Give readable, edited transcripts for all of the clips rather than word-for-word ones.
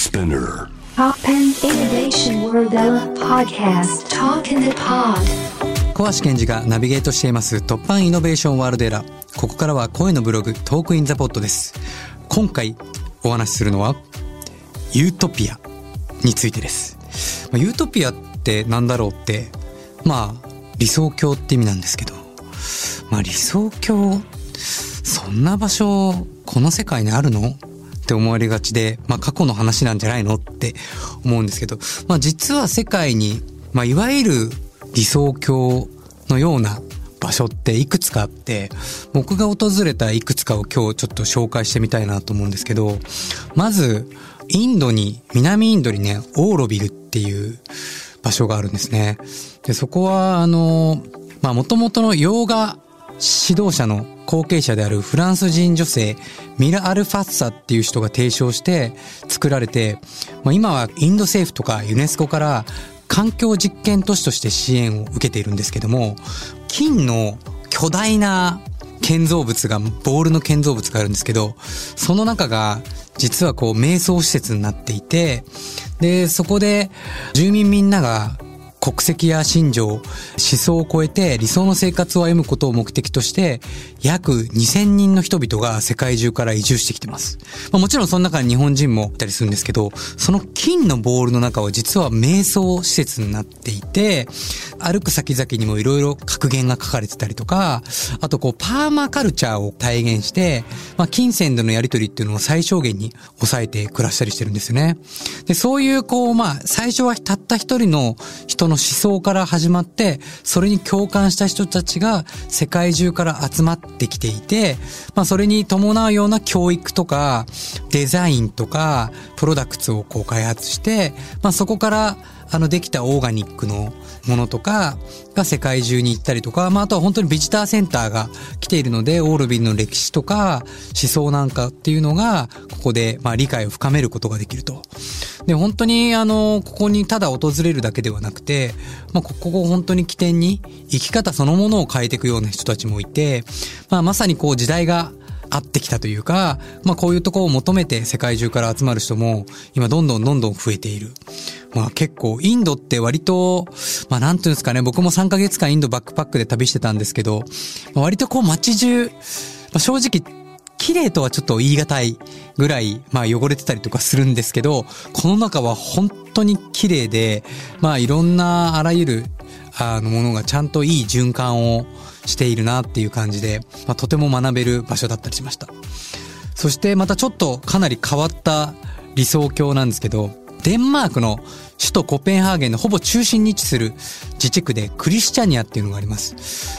Spinner Pop and Innovation World Podcast Talk in the Pod 小橋健二がナビゲートしています突破イノベーションワールドエラー。ここからは声のブログトークインザポッドです。今回お話しするのはユートピアについてです。ユートピアってなんだろうって、理想郷って意味なんですけど、理想郷、そんな場所この世界にあるのって思われがちで、過去の話なんじゃないのって思うんですけど、実は世界に、いわゆる理想郷のような場所っていくつかあって、僕が訪れたいくつかを今日ちょっと紹介してみたいなと思うんですけど、まず南インドにね、オーロビルっていう場所があるんですね。で、そこは元々のヨガ指導者の後継者であるフランス人女性ミラ・アルファッサっていう人が提唱して作られて、今はインド政府とかユネスコから環境実験都市として支援を受けているんですけども、金の巨大な建造物が、ボールの建造物があるんですけど、その中が実は瞑想施設になっていて、で、そこで住民みんなが国籍や信条、思想を超えて理想の生活を歩むことを目的として約2000人の人々が世界中から移住してきてます。もちろんその中に日本人もいたりするんですけど、その金のボールの中は実は瞑想施設になっていて、歩く先々にもいろいろ格言が書かれてたりとか、あとパーマカルチャーを体現して、金銭でのやり取りっていうのを最小限に抑えて暮らしたりしてるんですよね。で、そういう最初はたった一人の人の思想から始まって、それに共感した人たちが世界中から集まってきていて、それに伴うような教育とかデザインとかプロダクツを開発して、そこからできたオーガニックのものとかが世界中に行ったりとか、あとは本当にビジターセンターが来ているので、オーロビルの歴史とか思想なんかっていうのがここで理解を深めることができると。で、本当にここにただ訪れるだけではなくて、ここを本当に起点に生き方そのものを変えていくような人たちもいて、まさに時代が合ってきたというか、こういうところを求めて世界中から集まる人も今どんどん増えている。結構インドって割と、なんていうんですかね、僕も3ヶ月間インドバックパックで旅してたんですけど、割と街中、正直綺麗とはちょっと言い難いぐらい、汚れてたりとかするんですけど、この中は本当に綺麗で、いろんなあらゆるものがちゃんといい循環をしているなっていう感じで、とても学べる場所だったりしました。そしてまたちょっとかなり変わった理想郷なんですけど、デンマークの首都コペンハーゲンのほぼ中心に位置する自治区でクリスチャニアっていうのがあります。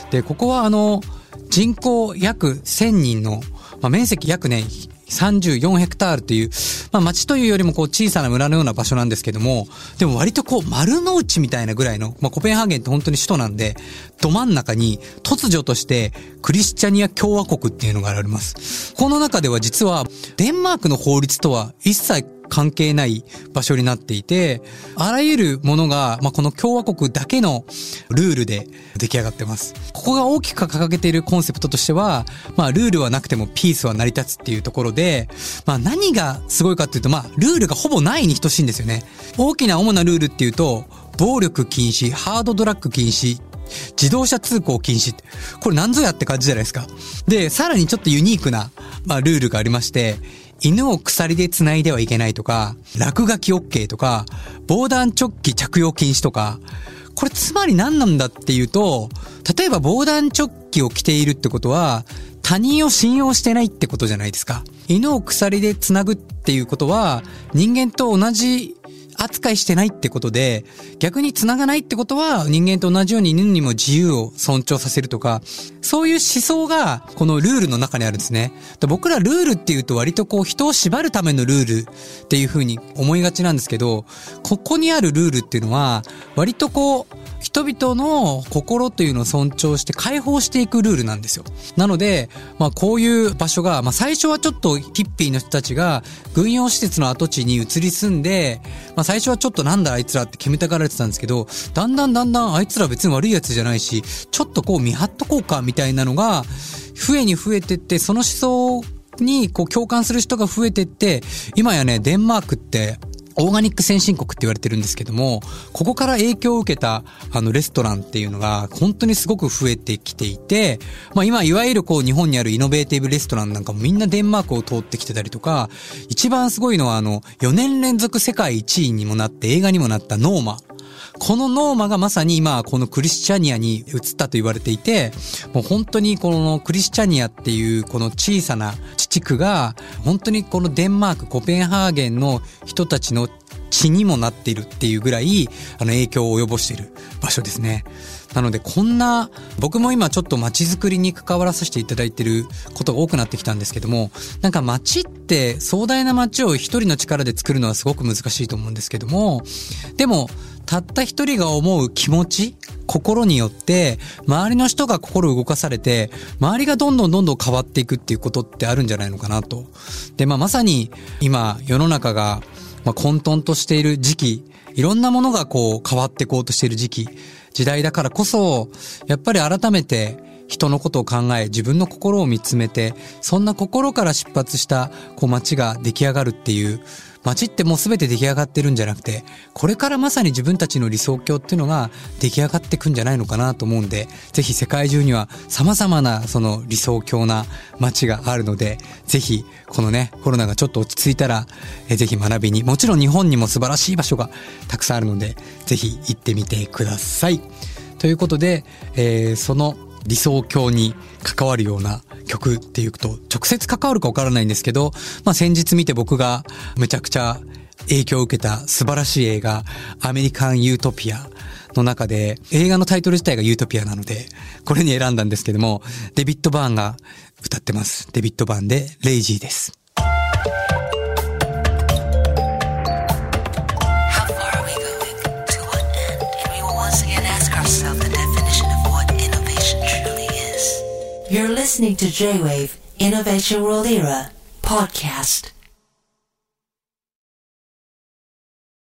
で、ここは人口約1000人の、面積約ね、34ヘクタールという、町というよりも小さな村のような場所なんですけども、でも割と丸の内みたいなぐらいの、コペンハーゲンって本当に首都なんで、ど真ん中に突如としてクリスチャニア共和国っていうのがあります。この中では実はデンマークの法律とは一切関係ない場所になっていて、あらゆるものが、この共和国だけのルールで出来上がってます。ここが大きく掲げているコンセプトとしては、ルールはなくてもピースは成り立つっていうところで、何がすごいかっていうと、ルールがほぼないに等しいんですよね。大きな主なルールっていうと、暴力禁止、ハードドラッグ禁止、自動車通行禁止。これなんぞやって感じじゃないですか。で、さらにちょっとユニークな、ルールがありまして、犬を鎖で繋いではいけないとか、落書き OK とか、防弾チョッキ着用禁止とか、これつまり何なんだっていうと、例えば防弾チョッキを着ているってことは、他人を信用してないってことじゃないですか。犬を鎖で繋ぐっていうことは、人間と同じ扱いしてないってことで、逆に繋がないってことは人間と同じように犬にも自由を尊重させるとか、そういう思想がこのルールの中にあるんですね。僕らルールっていうと割と人を縛るためのルールっていう風に思いがちなんですけど、ここにあるルールっていうのは割と人々の心というのを尊重して解放していくルールなんですよ。なので、こういう場所が、最初はちょっとヒッピーの人たちが軍用施設の跡地に移り住んで、最初はちょっとなんだあいつらって煙たがられてたんですけど、だんだんあいつら別に悪いやつじゃないし、ちょっと見張っとこうかみたいなのが増えてって、その思想に共感する人が増えてって、今やね、デンマークってオーガニック先進国って言われてるんですけども、ここから影響を受けたレストランっていうのが本当にすごく増えてきていて、今いわゆる日本にあるイノベーティブレストランなんかもみんなデンマークを通ってきてたりとか、一番すごいのは4年連続世界1位にもなって映画にもなったノーマ。このノーマがまさに今このクリスチャニアに移ったと言われていて、もう本当にこのクリスチャニアっていうこの小さな地区が本当にこのデンマークコペンハーゲンの人たちの血にもなっているっていうぐらい影響を及ぼしている場所ですね。なのでこんな、僕も今ちょっと街づくりに関わらさせていただいていることが多くなってきたんですけども、なんか街って壮大な街を一人の力で作るのはすごく難しいと思うんですけども、でもたった一人が思う気持ち、心によって周りの人が心を動かされて、周りがどんどん変わっていくっていうことってあるんじゃないのかなと。で、まさに今世の中が混沌としている時期、いろんなものが変わっていこうとしている時代だからこそ、やっぱり改めて人のことを考え、自分の心を見つめて、そんな心から出発した街が出来上がるっていう、街ってもうすべて出来上がってるんじゃなくて、これからまさに自分たちの理想郷っていうのが出来上がってくんじゃないのかなと思うんで、ぜひ世界中には様々なその理想郷な街があるので、ぜひこのね、コロナがちょっと落ち着いたら、ぜひ学びに、もちろん日本にも素晴らしい場所がたくさんあるので、ぜひ行ってみてください。ということで、その理想郷に関わるような曲っていうと直接関わるかわからないんですけど、先日見て僕がめちゃくちゃ影響を受けた素晴らしい映画アメリカンユートピアの中で、映画のタイトル自体がユートピアなのでこれに選んだんですけども、デビッド・バーンが歌ってます。デビッド・バーンでレイジーです。 You're listening to J-Wave Innovation World Era podcast.